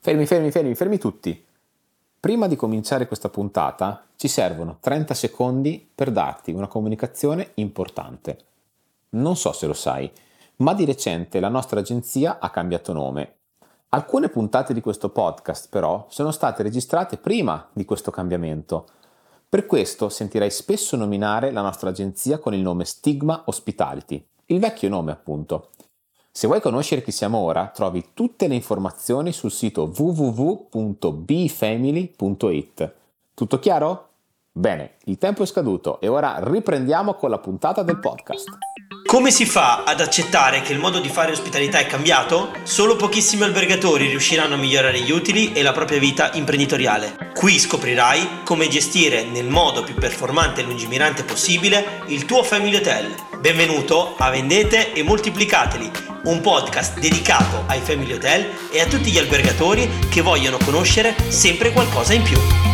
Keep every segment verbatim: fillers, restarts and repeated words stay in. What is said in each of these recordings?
Fermi, fermi, fermi, fermi tutti. Prima di cominciare questa puntata ci servono trenta secondi per darti una comunicazione importante. Non so se lo sai, ma di recente la nostra agenzia ha cambiato nome. Alcune puntate di questo podcast però sono state registrate prima di questo cambiamento. Per questo sentirai spesso nominare la nostra agenzia con il nome Stigma Hospitality, il vecchio nome appunto. Se vuoi conoscere chi siamo ora, trovi tutte le informazioni sul sito w w w punto b family punto i t. Tutto chiaro? Bene, il tempo è scaduto e ora riprendiamo con la puntata del podcast. Come si fa ad accettare che il modo di fare ospitalità è cambiato? Solo pochissimi albergatori riusciranno a migliorare gli utili e la propria vita imprenditoriale. Qui scoprirai come gestire nel modo più performante e lungimirante possibile il tuo Family Hotel. Benvenuto a Vendete e Moltiplicateli, un podcast dedicato ai Family Hotel e a tutti gli albergatori che vogliono conoscere sempre qualcosa in più.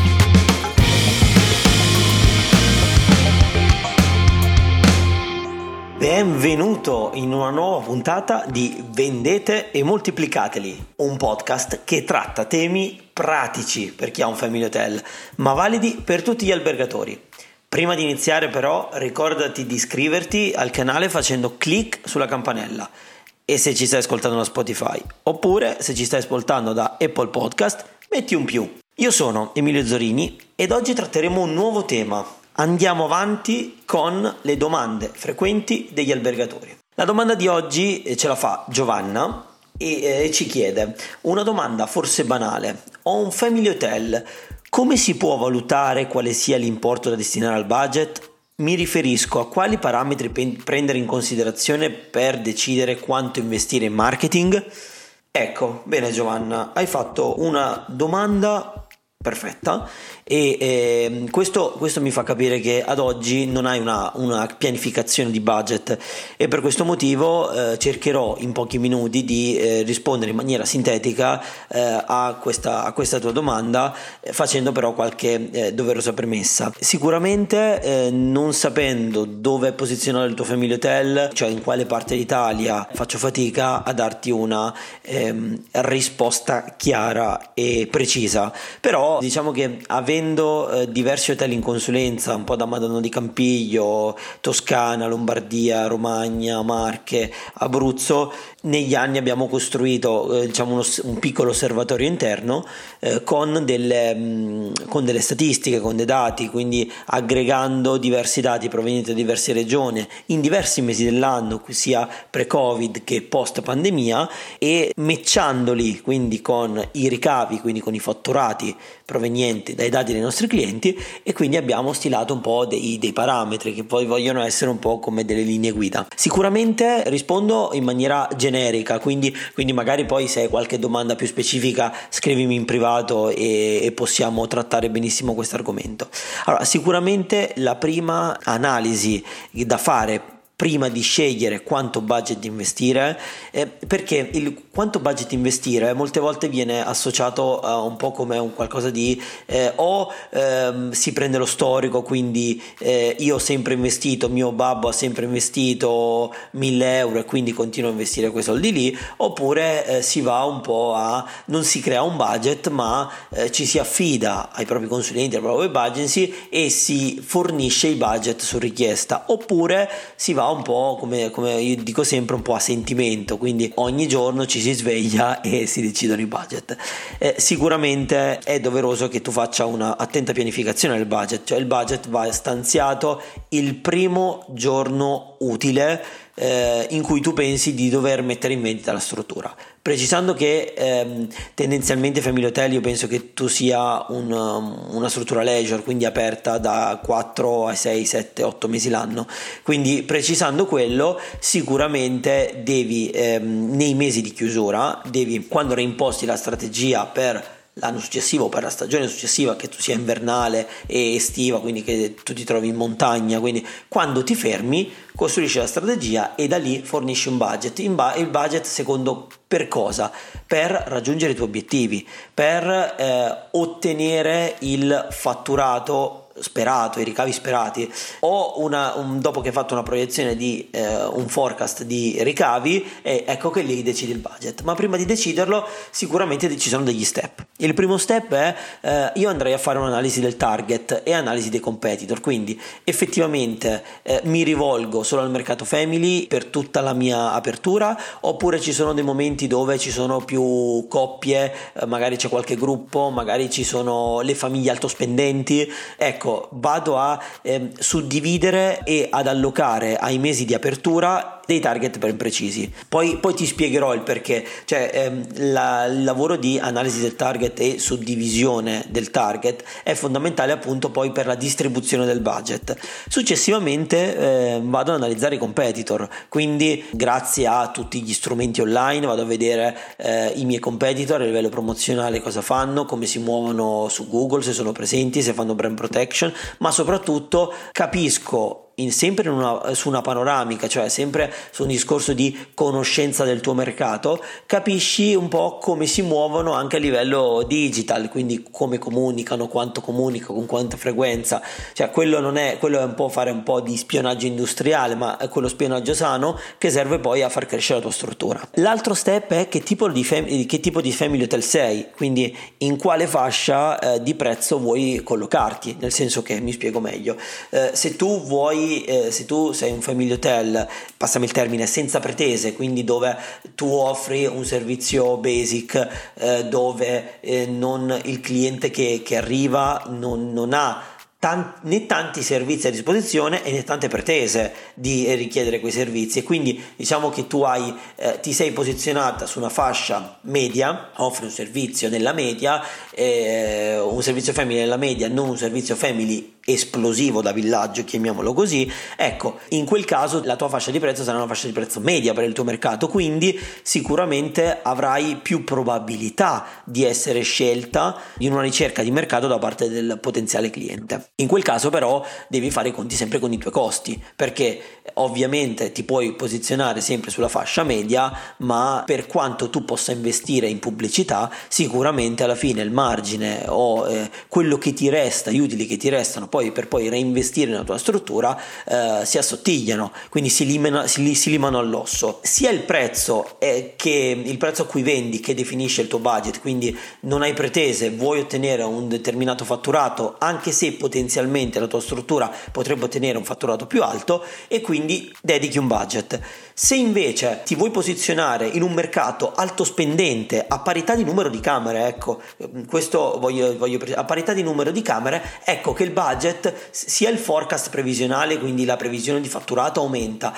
Benvenuto in una nuova puntata di Vendete e Moltiplicateli, un podcast che tratta temi pratici per chi ha un Family Hotel, ma validi per tutti gli albergatori. Prima di iniziare però ricordati di iscriverti al canale facendo clic sulla campanella e se ci stai ascoltando da Spotify, oppure se ci stai ascoltando da Apple Podcast metti un più. Io sono Emilio Zorini ed oggi tratteremo un nuovo tema. Andiamo avanti con le domande frequenti degli albergatori. La domanda di oggi ce la fa Giovanna e eh, ci chiede una domanda forse banale. Ho un Family Hotel, come si può valutare quale sia l'importo da destinare al budget? Mi riferisco a quali parametri pe- prendere in considerazione per decidere quanto investire in marketing? Ecco, bene Giovanna, hai fatto una domanda perfetta e eh, questo, questo mi fa capire che ad oggi non hai una, una pianificazione di budget e per questo motivo eh, cercherò in pochi minuti di eh, rispondere in maniera sintetica eh, a, questa, a questa tua domanda eh, facendo però qualche eh, doverosa premessa. Sicuramente eh, non sapendo dove posizionare il tuo Family Hotel, cioè in quale parte d'Italia, faccio fatica a darti una ehm, risposta chiara e precisa, però diciamo che avendo eh, diversi hotel in consulenza, un po' da Madonna di Campiglio, Toscana, Lombardia, Romagna, Marche, Abruzzo, negli anni abbiamo costruito eh, diciamo uno, un piccolo osservatorio interno eh, con, delle, mh, con delle statistiche, con dei dati, quindi aggregando diversi dati provenienti da diverse regioni in diversi mesi dell'anno, sia pre-Covid che post-pandemia, e matchandoli quindi con i ricavi, quindi con i fatturati provenienti dai dati dei nostri clienti, e quindi abbiamo stilato un po' dei, dei parametri che poi vogliono essere un po' come delle linee guida. Sicuramente rispondo in maniera generica, quindi, quindi magari poi se hai qualche domanda più specifica scrivimi in privato e, e possiamo trattare benissimo questo argomento. Allora, sicuramente la prima analisi da fare prima di scegliere quanto budget investire, eh, perché il quanto budget investire molte volte viene associato a un po' come un qualcosa di eh, o ehm, si prende lo storico, quindi eh, io ho sempre investito, mio babbo ha sempre investito mille euro e quindi continuo a investire quei soldi lì, oppure eh, si va un po' a, non si crea un budget ma eh, ci si affida ai propri consulenti, alla propria web agency e si fornisce il budget su richiesta, oppure si va un po' come, come io dico sempre, un po' a sentimento, quindi ogni giorno ci si sveglia e si decidono i budget. Eh, sicuramente è doveroso che tu faccia una attenta pianificazione del budget, cioè il budget va stanziato il primo giorno utile eh, in cui tu pensi di dover mettere in vendita la struttura, precisando che ehm, tendenzialmente Family Hotel io penso che tu sia un, um, una struttura leisure, quindi aperta da quattro ai sei, sette, otto mesi l'anno, quindi precisando quello sicuramente devi ehm, nei mesi di chiusura devi, quando reimposti la strategia per l'anno successivo, per la stagione successiva, che tu sia invernale e estiva, quindi che tu ti trovi in montagna, quindi quando ti fermi costruisci la strategia e da lì fornisci un budget. In ba- il budget secondo per cosa? Per raggiungere i tuoi obiettivi, per eh, ottenere il fatturato sperato, i ricavi sperati, o una, un, dopo che hai fatto una proiezione di eh, un forecast di ricavi, e ecco che lì decidi il budget. Ma prima di deciderlo sicuramente ci sono degli step. Il primo step è eh, io andrei a fare un'analisi del target e analisi dei competitor, quindi effettivamente eh, mi rivolgo solo al mercato family per tutta la mia apertura, oppure ci sono dei momenti dove ci sono più coppie, eh, magari c'è qualche gruppo, magari ci sono le famiglie altospendenti. Ecco, vado a eh, suddividere e ad allocare ai mesi di apertura dei target ben precisi. Poi, poi ti spiegherò il perché, cioè ehm, la, il lavoro di analisi del target e suddivisione del target è fondamentale appunto poi per la distribuzione del budget. Successivamente eh, vado ad analizzare i competitor, quindi grazie a tutti gli strumenti online vado a vedere eh, i miei competitor a livello promozionale cosa fanno, come si muovono su Google, se sono presenti, se fanno brand protection, ma soprattutto capisco in, sempre in una, su una panoramica, cioè sempre su un discorso di conoscenza del tuo mercato, capisci un po' come si muovono anche a livello digital, quindi come comunicano, quanto comunicano, con quanta frequenza. Cioè quello non è, quello è un po' fare un po' di spionaggio industriale, ma è quello spionaggio sano che serve poi a far crescere la tua struttura. L'altro step è che tipo di, fam- che tipo di family hotel sei, quindi in quale fascia eh, di prezzo vuoi collocarti, nel senso che, mi spiego meglio, eh, se tu vuoi Eh, se tu sei un family hotel, passami il termine, senza pretese, quindi dove tu offri un servizio basic, eh, dove eh, non, il cliente che, che arriva non, non ha Tant- né tanti servizi a disposizione e né tante pretese di richiedere quei servizi, e quindi diciamo che tu hai eh, ti sei posizionata su una fascia media, offri un servizio nella media, eh, un servizio family nella media, non un servizio family esplosivo da villaggio, chiamiamolo così. Ecco, in quel caso la tua fascia di prezzo sarà una fascia di prezzo media per il tuo mercato, quindi sicuramente avrai più probabilità di essere scelta in una ricerca di mercato da parte del potenziale cliente. In quel caso però devi fare i conti sempre con i tuoi costi, perché ovviamente ti puoi posizionare sempre sulla fascia media, ma per quanto tu possa investire in pubblicità, sicuramente alla fine il margine o eh, quello che ti resta, gli utili che ti restano poi per poi reinvestire nella tua struttura eh, si assottigliano, quindi si limano, si, si limano all'osso. Sia il prezzo eh, che il prezzo a cui vendi che definisce il tuo budget, quindi non hai pretese, vuoi ottenere un determinato fatturato, anche se potenzialmente la tua struttura potrebbe ottenere un fatturato più alto, e quindi dedichi un budget. Se invece ti vuoi posizionare in un mercato alto spendente a parità di numero di camere, ecco, questo voglio, voglio a parità di numero di camere, ecco che il budget, sia il forecast previsionale, quindi la previsione di fatturato, aumenta,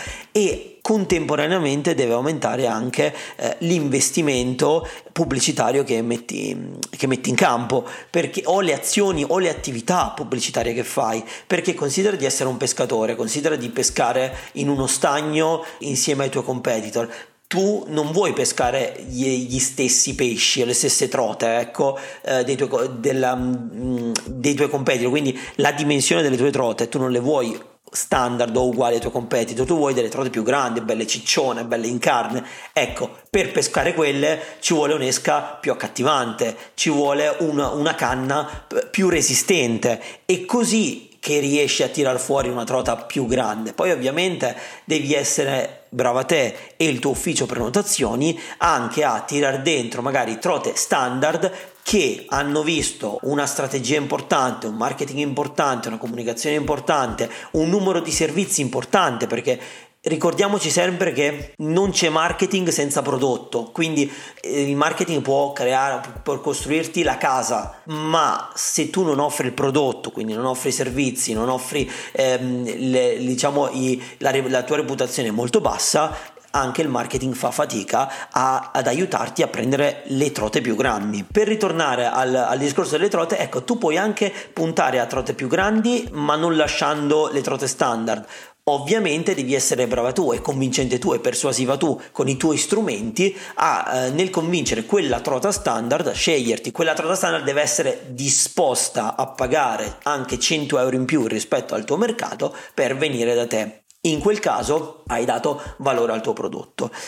e contemporaneamente deve aumentare anche eh, l'investimento pubblicitario che metti, che metti in campo, perché o le azioni o le attività pubblicitarie che fai, perché considera di essere un pescatore, considera di pescare in uno stagno insieme ai tuoi competitor. Tu non vuoi pescare gli, gli stessi pesci o le stesse trote, ecco, eh, dei, tuoi, della, mh, dei tuoi competitor, quindi la dimensione delle tue trote tu non le vuoi standard o uguali ai tuoi competitor, tu vuoi delle trote più grandi, belle ciccione, belle in carne. Ecco, per pescare quelle ci vuole un'esca più accattivante, ci vuole una, una canna più resistente, e così che riesci a tirar fuori una trota più grande. Poi ovviamente devi essere brava te e il tuo ufficio prenotazioni anche a tirar dentro magari trote standard che hanno visto una strategia importante, un marketing importante, una comunicazione importante, un numero di servizi importante, perché ricordiamoci sempre che non c'è marketing senza prodotto, quindi il marketing può creare, può costruirti la casa, ma se tu non offri il prodotto, quindi non offri i servizi, non offri ehm, le, diciamo i, la, la tua reputazione è molto bassa, anche il marketing fa fatica a, ad aiutarti a prendere le trote più grandi. Per ritornare al, al discorso delle trote, ecco, tu puoi anche puntare a trote più grandi ma non lasciando le trote standard. Ovviamente devi essere brava tu e convincente tu e persuasiva tu con i tuoi strumenti a, eh, nel convincere quella trota standard a sceglierti. Quella trota standard deve essere disposta a pagare anche cento euro in più rispetto al tuo mercato per venire da te. In quel caso hai dato valore al tuo prodotto.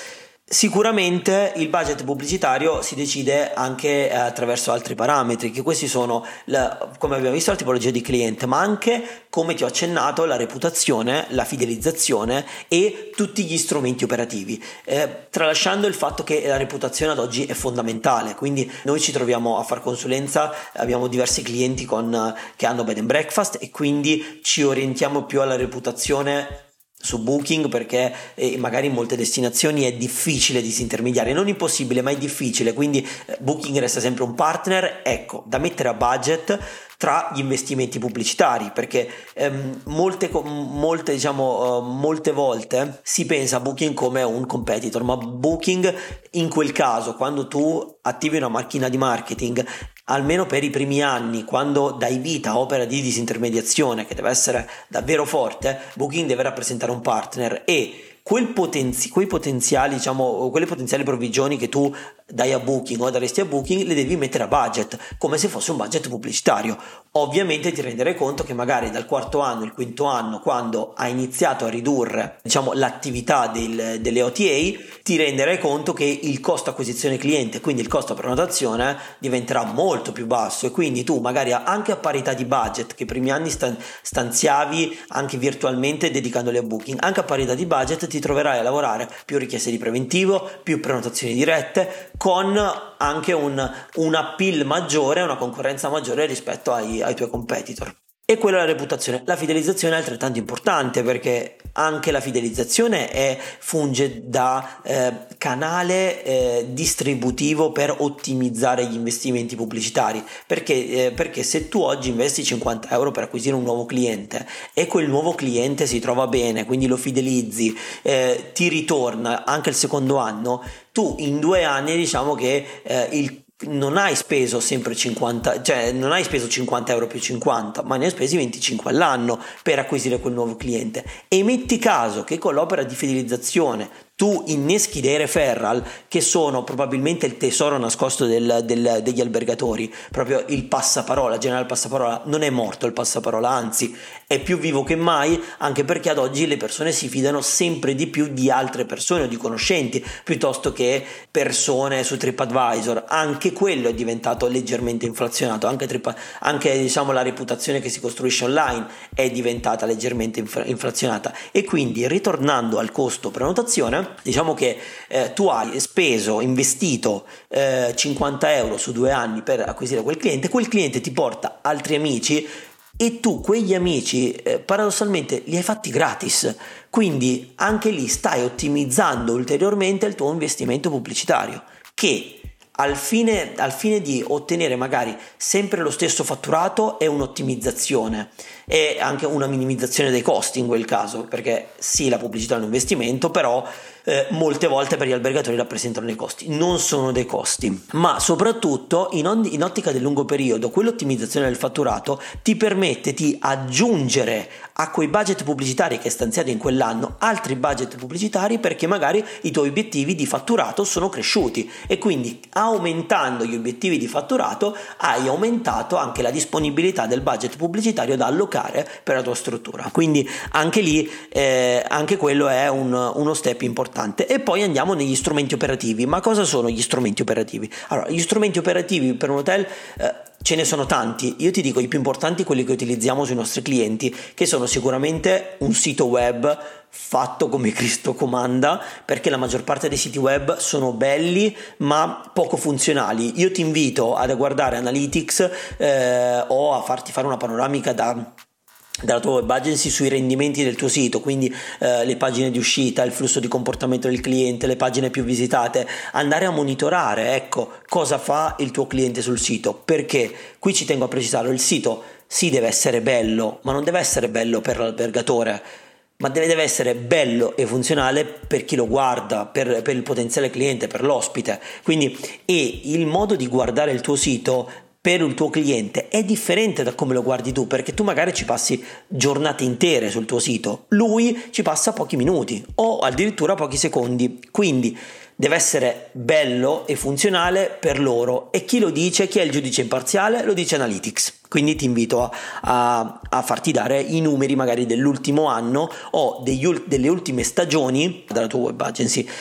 Sicuramente il budget pubblicitario si decide anche attraverso altri parametri, che questi sono, la, come abbiamo visto, la tipologia di cliente, ma anche, come ti ho accennato, la reputazione, la fidelizzazione e tutti gli strumenti operativi, eh, tralasciando il fatto che la reputazione ad oggi è fondamentale. Quindi noi ci troviamo a far consulenza, abbiamo diversi clienti con, che hanno bed and breakfast, e quindi ci orientiamo più alla reputazione su Booking, perché eh, magari in molte destinazioni è difficile disintermediare, non impossibile ma è difficile, quindi eh, Booking resta sempre un partner, ecco, da mettere a budget tra gli investimenti pubblicitari, perché ehm, molte, molte, diciamo, uh, molte volte si pensa a Booking come un competitor, ma Booking in quel caso, quando tu attivi una macchina di marketing, almeno per i primi anni, quando dai vita a opera di disintermediazione che deve essere davvero forte, Booking deve rappresentare un partner, e quel potenzi- quei potenziali, diciamo, quelle potenziali provvigioni che tu dai a Booking o daresti a Booking le devi mettere a budget, come se fosse un budget pubblicitario. Ovviamente ti renderai conto che magari dal quarto anno, il quinto anno, quando hai iniziato a ridurre, diciamo, l'attività del, delle O T A, ti renderai conto che il costo acquisizione cliente, quindi il costo prenotazione, diventerà molto più basso, e quindi tu magari anche a parità di budget che i primi anni stanziavi anche virtualmente dedicandoli a Booking, anche a parità di budget ti troverai a lavorare più richieste di preventivo, più prenotazioni dirette, con anche un, un appeal maggiore, una concorrenza maggiore rispetto ai, ai tuoi competitor. E quella è la reputazione. La fidelizzazione è altrettanto importante, perché anche la fidelizzazione è, funge da eh, canale eh, distributivo per ottimizzare gli investimenti pubblicitari, perché, eh, perché se tu oggi investi cinquanta euro per acquisire un nuovo cliente e quel nuovo cliente si trova bene, quindi lo fidelizzi, eh, ti ritorna anche il secondo anno, tu in due anni diciamo che eh, il non hai speso sempre cinquanta, cioè non hai speso cinquanta euro più cinquanta, ma ne hai spesi venticinque all'anno per acquisire quel nuovo cliente. E metti caso che con l'opera di fidelizzazione tu inneschi dei referral, che sono probabilmente il tesoro nascosto del, del, degli albergatori, proprio il passaparola, generale passaparola. Non è morto il passaparola, anzi è più vivo che mai, anche perché ad oggi le persone si fidano sempre di più di altre persone o di conoscenti piuttosto che persone su TripAdvisor. Anche quello è diventato leggermente inflazionato, anche, Trip, anche diciamo la reputazione che si costruisce online è diventata leggermente infla, inflazionata. E quindi, ritornando al costo prenotazione, diciamo che eh, tu hai speso, investito eh, cinquanta euro su due anni per acquisire quel cliente, quel cliente ti porta altri amici e tu quegli amici eh, paradossalmente li hai fatti gratis, quindi anche lì stai ottimizzando ulteriormente il tuo investimento pubblicitario, che al fine, al fine di ottenere magari sempre lo stesso fatturato è un'ottimizzazione e anche una minimizzazione dei costi in quel caso, perché sì, la pubblicità è un investimento, però eh, molte volte per gli albergatori rappresentano dei costi. Non sono dei costi, ma soprattutto in, on- in ottica del lungo periodo quell'ottimizzazione del fatturato ti permette di aggiungere a quei budget pubblicitari che hai stanziato in quell'anno altri budget pubblicitari, perché magari i tuoi obiettivi di fatturato sono cresciuti, e quindi aumentando gli obiettivi di fatturato hai aumentato anche la disponibilità del budget pubblicitario da allocare per la tua struttura. Quindi anche lì eh, anche quello è un, uno step importante. E poi andiamo negli strumenti operativi. Ma cosa sono gli strumenti operativi? Allora, gli strumenti operativi per un hotel eh, ce ne sono tanti. Io ti dico i più importanti, quelli che utilizziamo sui nostri clienti, che sono sicuramente un sito web fatto come Cristo comanda, perché la maggior parte dei siti web sono belli ma poco funzionali. Io ti invito a guardare Analytics eh, o a farti fare una panoramica da dalla tua web agency sui rendimenti del tuo sito, quindi eh, le pagine di uscita, il flusso di comportamento del cliente, le pagine più visitate, andare a monitorare, ecco, cosa fa il tuo cliente sul sito, perché qui ci tengo a precisarlo, il sito sì deve essere bello, ma non deve essere bello per l'albergatore, ma deve, deve essere bello e funzionale per chi lo guarda, per, per il potenziale cliente, per l'ospite. Quindi, e il modo di guardare il tuo sito per il tuo cliente è differente da come lo guardi tu, perché tu magari ci passi giornate intere sul tuo sito, lui ci passa pochi minuti o addirittura pochi secondi. Quindi deve essere bello e funzionale per loro, e chi lo dice, chi è il giudice imparziale? Lo dice Analytics. Quindi ti invito a, a, a farti dare i numeri magari dell'ultimo anno o degli, delle ultime stagioni dalla tua web agency.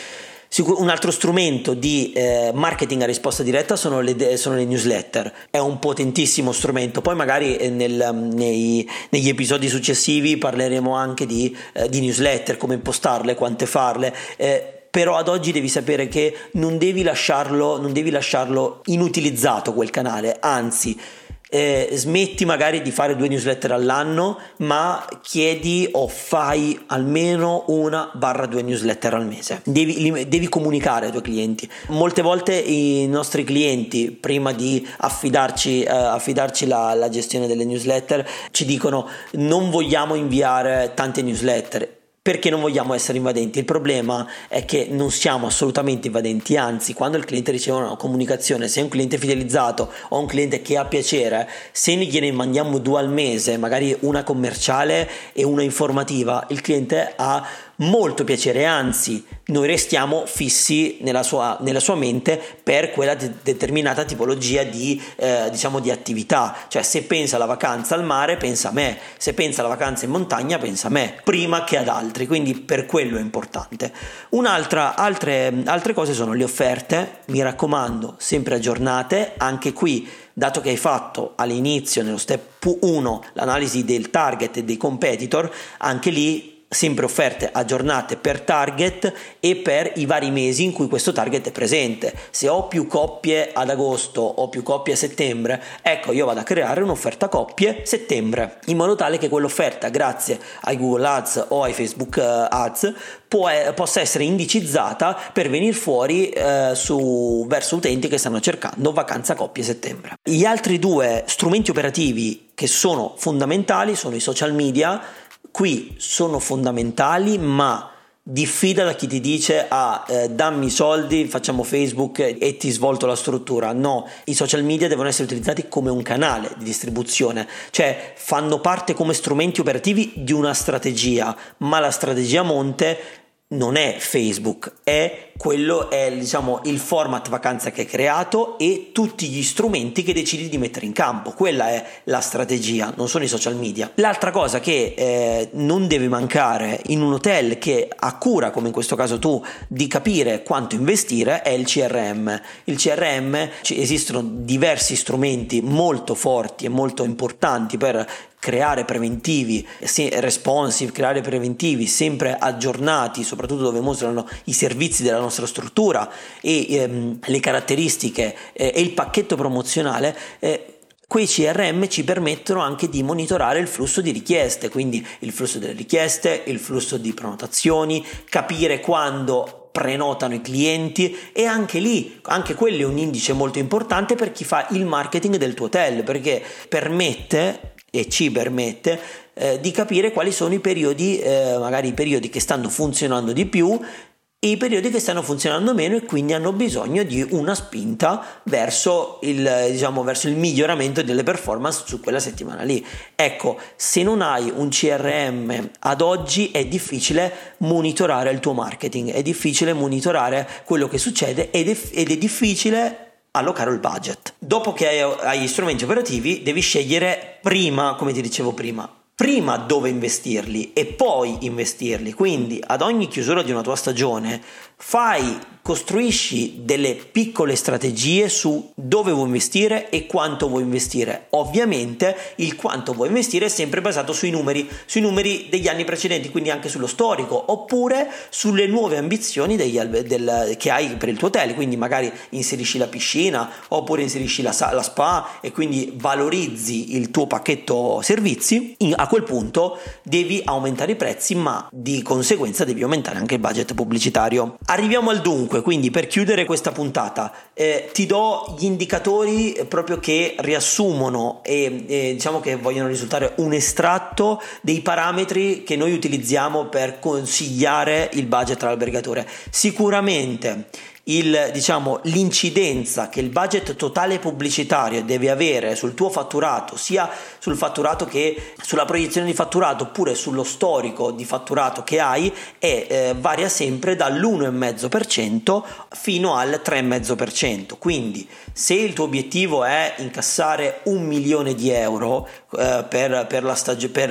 Un altro strumento di eh, marketing a risposta diretta sono le, sono le newsletter, è un potentissimo strumento. Poi magari nel, nei, negli episodi successivi parleremo anche di, eh, di newsletter, come impostarle, quante farle, eh, però ad oggi devi sapere che non devi lasciarlo, non devi lasciarlo inutilizzato quel canale, anzi Eh, smetti magari di fare due newsletter all'anno, ma chiedi o fai almeno una barra due newsletter al mese. Devi, devi comunicare ai tuoi clienti. Molte volte i nostri clienti, prima di affidarci, eh, affidarci la, la gestione delle newsletter, ci dicono: non vogliamo inviare tante newsletter, perché non vogliamo essere invadenti. Il problema è che non siamo assolutamente invadenti, anzi, quando il cliente riceve una comunicazione, se è un cliente fidelizzato o un cliente che ha piacere, se ne gliene mandiamo due al mese, magari una commerciale e una informativa, il cliente ha molto piacere, anzi noi restiamo fissi nella sua, nella sua mente per quella de- determinata tipologia di, eh, diciamo di attività. Cioè, se pensa alla vacanza al mare pensa a me, se pensa alla vacanza in montagna pensa a me prima che ad altri, quindi per quello è importante. Un'altra altre, altre cose sono le offerte, mi raccomando, sempre aggiornate. Anche qui, dato che hai fatto all'inizio nello step uno l'analisi del target e dei competitor, anche lì sempre offerte aggiornate per target e per i vari mesi in cui questo target è presente. Se ho più coppie ad agosto o più coppie a settembre, ecco, io vado a creare un'offerta coppie settembre, in modo tale che quell'offerta, grazie ai Google Ads o ai Facebook Ads, può, possa essere indicizzata per venire fuori eh, su, verso utenti che stanno cercando vacanza coppie settembre. Gli altri due strumenti operativi che sono fondamentali sono i social media. Qui sono fondamentali, ma diffida da chi ti dice ah, eh, dammi i soldi, facciamo Facebook e ti svolto la struttura. No, i social media devono essere utilizzati come un canale di distribuzione, cioè fanno parte come strumenti operativi di una strategia, ma la strategia monte non è Facebook, è quello è diciamo il format vacanza che hai creato e tutti gli strumenti che decidi di mettere in campo. Quella è la strategia, non sono i social media. L'altra cosa che eh, non deve mancare in un hotel che ha cura, come in questo caso tu, di capire quanto investire, è il C R M. Il C R M, esistono diversi strumenti molto forti e molto importanti per creare preventivi responsive, creare preventivi sempre aggiornati, soprattutto dove mostrano i servizi della nostra struttura e ehm, le caratteristiche eh, e il pacchetto promozionale. eh, Quei C R M ci permettono anche di monitorare il flusso di richieste, quindi il flusso delle richieste, il flusso di prenotazioni, capire quando prenotano i clienti, e anche lì, anche quello è un indice molto importante per chi fa il marketing del tuo hotel, perché permette e ci permette eh, di capire quali sono i periodi, eh, magari i periodi che stanno funzionando di più e i periodi che stanno funzionando meno, e quindi hanno bisogno di una spinta verso il, diciamo, verso il miglioramento delle performance su quella settimana lì. Ecco, se non hai un C R M ad oggi è difficile monitorare il tuo marketing, è difficile monitorare quello che succede ed è, ed è difficile allocare il budget. Dopo che hai, hai gli strumenti operativi, devi scegliere prima, come ti dicevo prima, prima dove investirli e poi investirli. Quindi ad ogni chiusura di una tua stagione fai, costruisci delle piccole strategie su dove vuoi investire e quanto vuoi investire. Ovviamente il quanto vuoi investire è sempre basato sui numeri, sui numeri degli anni precedenti, quindi anche sullo storico, oppure sulle nuove ambizioni degli, del, che hai per il tuo hotel. Quindi magari inserisci la piscina oppure inserisci la, la spa e quindi valorizzi il tuo pacchetto servizi. In, a quel punto devi aumentare i prezzi, ma di conseguenza devi aumentare anche il budget pubblicitario. Arriviamo al dunque, quindi per chiudere questa puntata eh, ti do gli indicatori proprio che riassumono e, e diciamo che vogliono risultare un estratto dei parametri che noi utilizziamo per consigliare il budget all'albergatore. Sicuramente il, diciamo, l'incidenza che il budget totale pubblicitario deve avere sul tuo fatturato, sia sul fatturato che sulla proiezione di fatturato oppure sullo storico di fatturato che hai, è, eh, varia sempre dall'uno virgola cinque per cento fino al tre virgola cinque per cento. Quindi se il tuo obiettivo è incassare un milione di euro eh, per, per la stag- per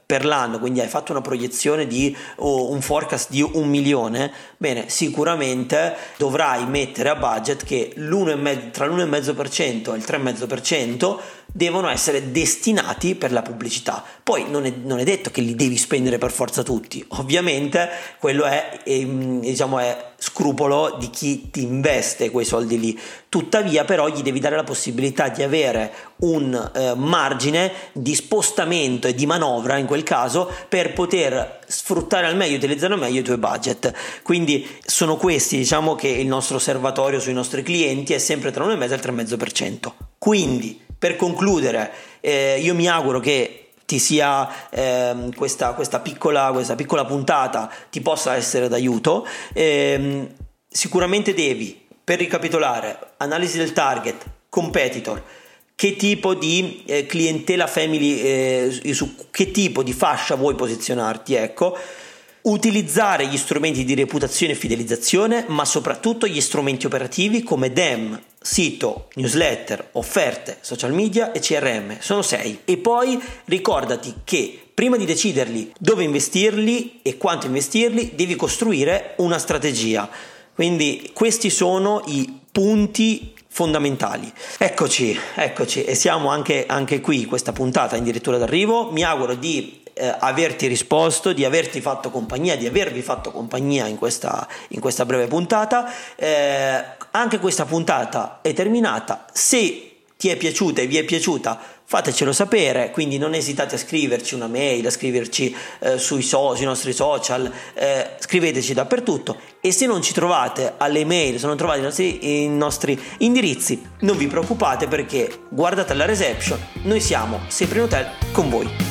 per l'anno, quindi hai fatto una proiezione di oh, un forecast di un milione, bene, sicuramente dovrai mettere a budget che l'uno e mezzo, tra l'uno virgola cinque per cento e il tre virgola cinque per cento devono essere destinati per la pubblicità. Poi non è, non è detto che li devi spendere per forza tutti, ovviamente quello è, è, diciamo è scrupolo di chi ti investe quei soldi lì, tuttavia però gli devi dare la possibilità di avere un eh, margine di spostamento e di manovra in quel caso per poter sfruttare al meglio, utilizzare al meglio i tuoi budget. Quindi sono questi, diciamo che il nostro osservatorio sui nostri clienti è sempre tra l'uno virgola cinque e il tre virgola cinque per cento. Quindi per concludere, eh, io mi auguro che ti sia eh, questa, questa, piccola, questa piccola puntata ti possa essere d'aiuto. Eh, sicuramente devi, per ricapitolare, analisi del target, competitor, che tipo di eh, clientela family, eh, su che tipo di fascia vuoi posizionarti, ecco, utilizzare gli strumenti di reputazione e fidelizzazione, ma soprattutto gli strumenti operativi come D E M, sito, newsletter, offerte, social media e C R M. Sono sei. E poi ricordati che prima di deciderli dove investirli e quanto investirli, devi costruire una strategia. Quindi questi sono i punti fondamentali. Eccoci, eccoci e siamo anche, anche qui, questa puntata in dirittura d'arrivo. Mi auguro di eh, averti risposto, di averti fatto compagnia, di avervi fatto compagnia in questa, in questa breve puntata. Eh, anche questa puntata è terminata. Se ti è piaciuta e vi è piaciuta, fatecelo sapere, quindi non esitate a scriverci una mail, a scriverci eh, sui, so, sui nostri social, eh, scriveteci dappertutto, e se non ci trovate alle mail, se non trovate i nostri, i nostri indirizzi, non vi preoccupate, perché guardate la reception, noi siamo sempre in hotel con voi.